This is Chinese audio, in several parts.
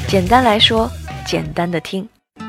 简单来说，简单的听。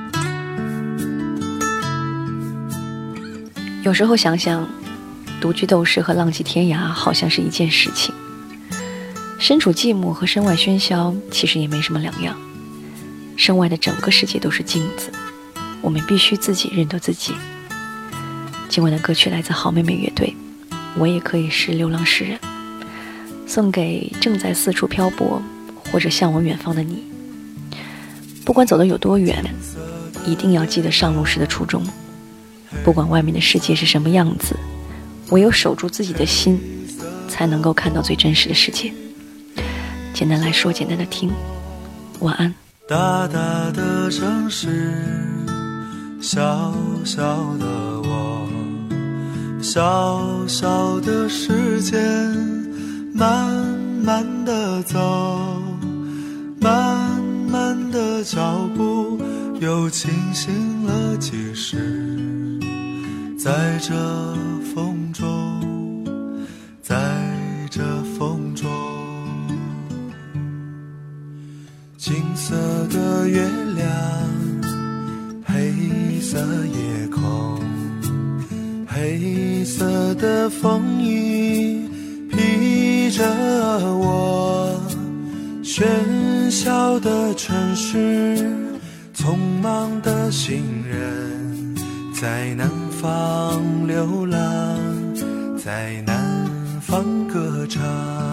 有时候想想，独居斗士和浪迹天涯好像是一件事情。身处寂寞和身外喧嚣其实也没什么两样。身外的整个世界都是镜子，我们必须自己认得自己。今晚的歌曲来自好妹妹乐队，我也可以是流浪诗人，送给正在四处漂泊或者向往远方的你。不管走得有多远，一定要记得上路时的初衷。不管外面的世界是什么样子，唯有守住自己的心，才能够看到最真实的世界。简单来说，简单的听。晚安。 大大的城市，小小的我，小小的时间，慢慢的走，慢慢的脚步又清醒了几时。在这风中，在这风中，金色的月亮，黑色夜空，黑色的风衣披着我，喧嚣的城市，匆忙的行人，在南方流浪，在南方歌唱。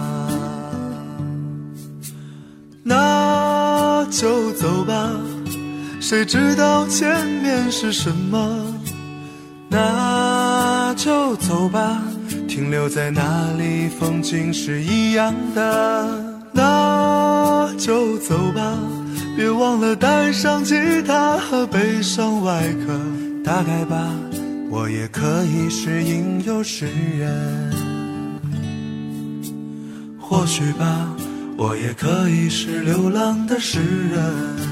那就走吧，谁知道前面是什么？那就走吧，停留在那里风景是一样的。那就走吧，别忘了带上吉他和背上外壳。大概吧，我也可以是吟游诗人，或许吧，我也可以是流浪的诗人。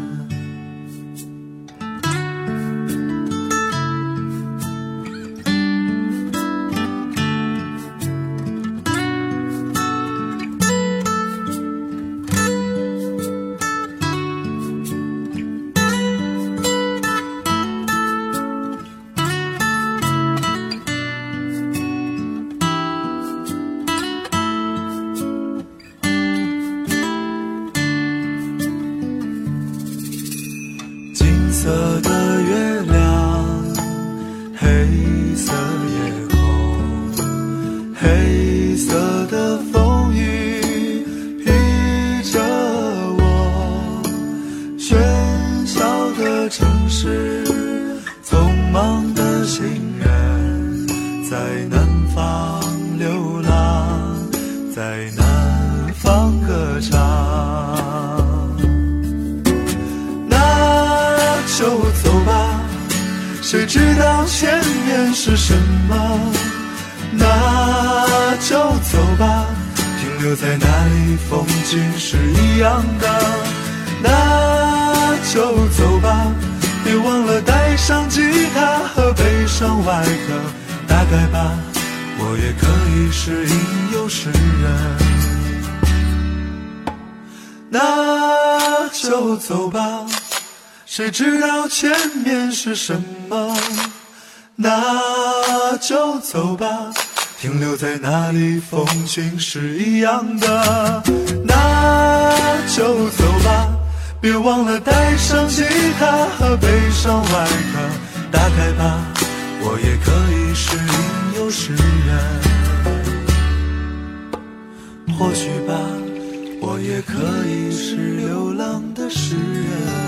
色的月亮，黑色夜空，黑色的风雨披着我，喧嚣的城市，匆忙的行人，在南方流浪，在南方歌唱。就走吧，谁知道前面是什么？那就走吧，停留在那里风景是一样的。那就走吧，别忘了带上吉他和背上外壳。大概吧，我也可以是吟游诗人。那就走吧，谁知道前面是什么？那就走吧，停留在那里风景是一样的。那就走吧，别忘了带上吉他和背上外壳。大概吧，我也可以是吟游诗人，或许吧，我也可以是流浪的诗人。